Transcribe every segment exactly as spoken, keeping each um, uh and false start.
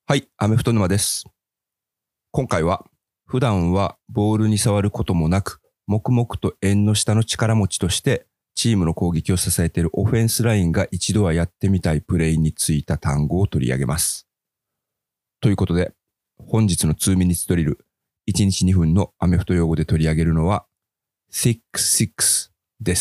はい、アメフト沼です。今回は普段はボールに触ることもなく、黙々と縁の下の力持ちとしてチームの攻撃を支えているオフェンスラインが一度はやってみたいプレイについた単語を取り上げます。ということで、本日のにミニッツドリル、いちにちにふんのアメフト用語で取り上げるのは シックスシックス です。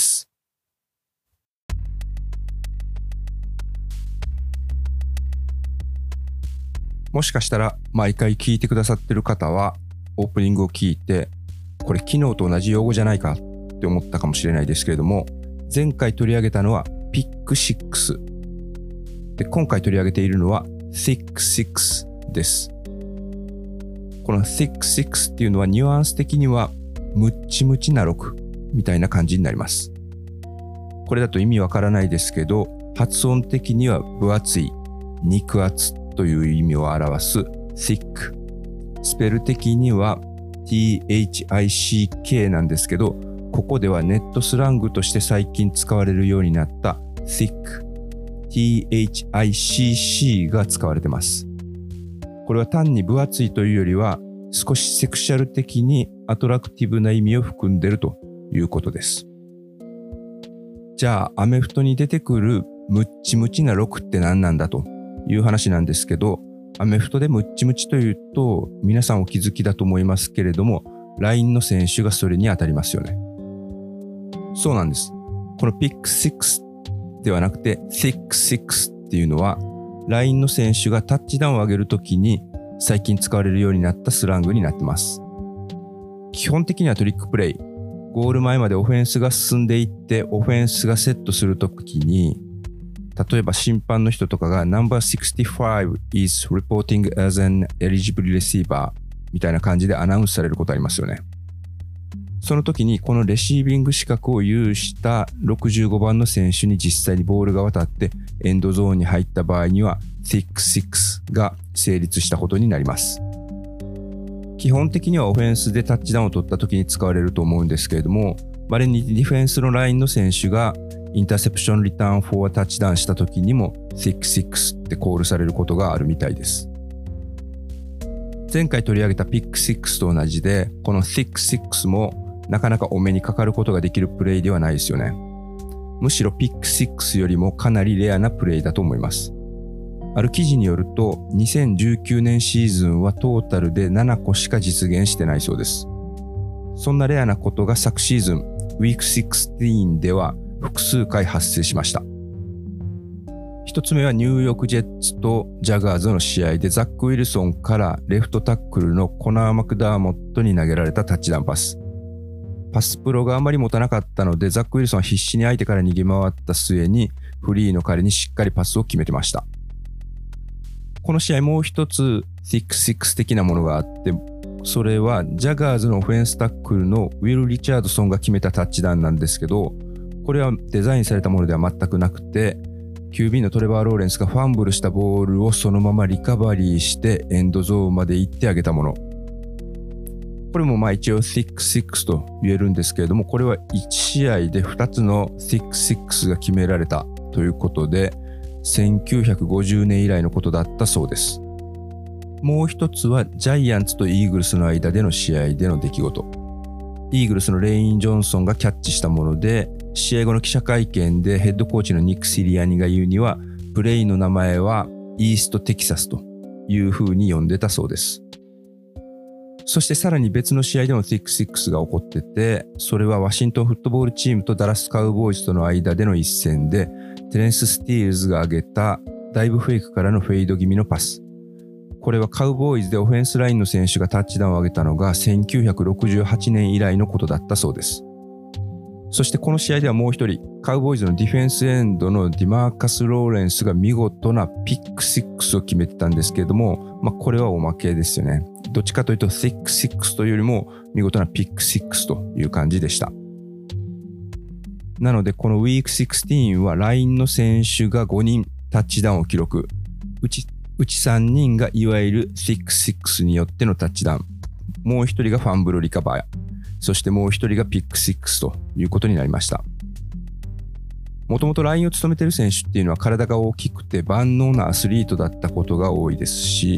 もしかしたら毎回聞いてくださってる方はオープニングを聞いてこれ昨日と同じ用語じゃないかって思ったかもしれないですけれども、前回取り上げたのはピックシックスで、今回取り上げているのはシックスシックスです。このシックスシックスっていうのはニュアンス的にはムッチムチなろくみたいな感じになります。これだと意味わからないですけど、発音的には分厚い、肉厚という意味を表す thick、 スペル的には ティーエイチアイシーケー なんですけど、ここではネットスラングとして最近使われるようになった thick、 ティーエイチアイシーシー が使われています。これは単に分厚いというよりは少しセクシャル的にアトラクティブな意味を含んでいるということです。じゃあアメフトに出てくるムッチムチなろくって何なんだという話なんですけど、アメフトでムッチムチというと皆さんお気づきだと思いますけれども、ラインの選手がそれに当たりますよね。そうなんです。このピックシックスではなくてシックスシックスっていうのはラインの選手がタッチダウンを上げるときに最近使われるようになったスラングになってます。基本的にはトリックプレイ、ゴール前までオフェンスが進んでいってオフェンスがセットするときに、例えば審判の人とかが ナンバーシックスティファイブ is reporting as an eligible receiver みたいな感じでアナウンスされることありますよね。その時にこのレシービング資格を有したろくじゅうごばんの選手に実際にボールが渡ってエンドゾーンに入った場合にはシックスシックスが成立したことになります。基本的にはオフェンスでタッチダウンを取った時に使われると思うんですけれども、稀にディフェンスのラインの選手がインターセプションリターンフォアタッチダウンした時にもシックスシックスってコールされることがあるみたいです。前回取り上げたピックシックスと同じで、このシックスシックスもなかなかお目にかかることができるプレイではないですよね。むしろピックシックスよりもかなりレアなプレイだと思います。ある記事によるとにせんじゅうきゅうねんシーズンはトータルでななこしか実現してないそうです。そんなレアなことが昨シーズンウィークじゅうろくでは複数回発生しました。一つ目はニューヨークジェッツとジャガーズの試合でザック・ウィルソンからレフトタックルのコナー・マクダーモットに投げられたタッチダウンパス。パスプロがあまり持たなかったのでザック・ウィルソンは必死に相手から逃げ回った末にフリーの彼にしっかりパスを決めてました。この試合もう一つシックスシックス的なものがあって、それはジャガーズのオフェンスタックルのウィル・リチャードソンが決めたタッチダウンなんですけど、これはデザインされたものでは全くなくて、キュービー のトレバー・ローレンスがファンブルしたボールをそのままリカバリーしてエンドゾーンまで行ってあげたもの。これもまあ一応シックスシックスと言えるんですけれども、これはいち試合でふたつのシックスシックスが決められたということで、せんきゅうひゃくごじゅうねん以来のことだったそうです。もう一つはジャイアンツとイーグルスの間での試合での出来事。イーグルスのレイン・ジョンソンがキャッチしたもので、試合後の記者会見でヘッドコーチのニック・シリアニが言うには、プレイの名前はイースト・テキサスという風に呼んでたそうです。そしてさらに別の試合でもシックスシックスが起こってて、それはワシントンフットボールチームとダラスカウボーイズとの間での一戦で、テレンス・スティールズが挙げたダイブフェイクからのフェイド気味のパス。これはカウボーイズでオフェンスラインの選手がタッチダウンを上げたのがせんきゅうひゃくろくじゅうはちねん以来のことだったそうです。そしてこの試合ではもう一人、カウボーイズのディフェンスエンドのディマーカス・ローレンスが見事なピックシックスを決めてたんですけれども、まあこれはおまけですよね。どっちかというとシックスシックスというよりも見事なピックシックスという感じでした。なのでこのウィークじゅうろくはラインの選手がごにんタッチダウンを記録。うちうちさんにんがいわゆるシックスシックスによってのタッチダウン。もうひとりがファンブルリカバー。そしてもうひとりがピックシックスということになりました。もともとラインを務めている選手っていうのは体が大きくて万能なアスリートだったことが多いですし、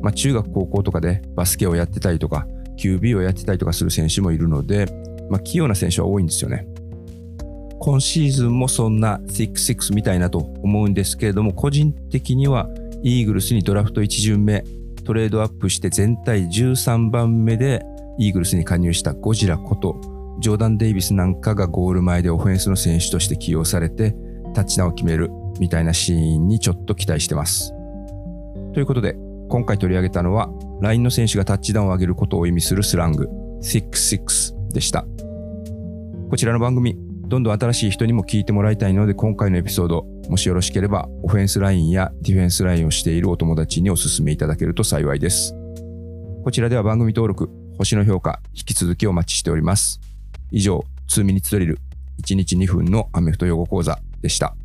まあ、中学高校とかでバスケをやってたりとか キュービー をやってたりとかする選手もいるので、まあ、器用な選手は多いんですよね。今シーズンもそんなろくろくみたいなと思うんですけれども、個人的にはイーグルスにドラフトいち巡目トレードアップして全体じゅうさんばんめでイーグルスに加入したゴジラことジョーダン・デイビスなんかがゴール前でオフェンスの選手として起用されてタッチダウンを決めるみたいなシーンにちょっと期待してます。ということで今回取り上げたのは ライン の選手がタッチダウンを上げることを意味するスラングろくろくでした。こちらの番組どんどん新しい人にも聞いてもらいたいので、今回のエピソードもしよろしければオフェンスラインやディフェンスラインをしているお友達にお勧めいただけると幸いです。こちらでは番組登録、星の評価引き続きお待ちしております。以上、にミニッツドリルいちにちにふんのアメフト用語講座でした。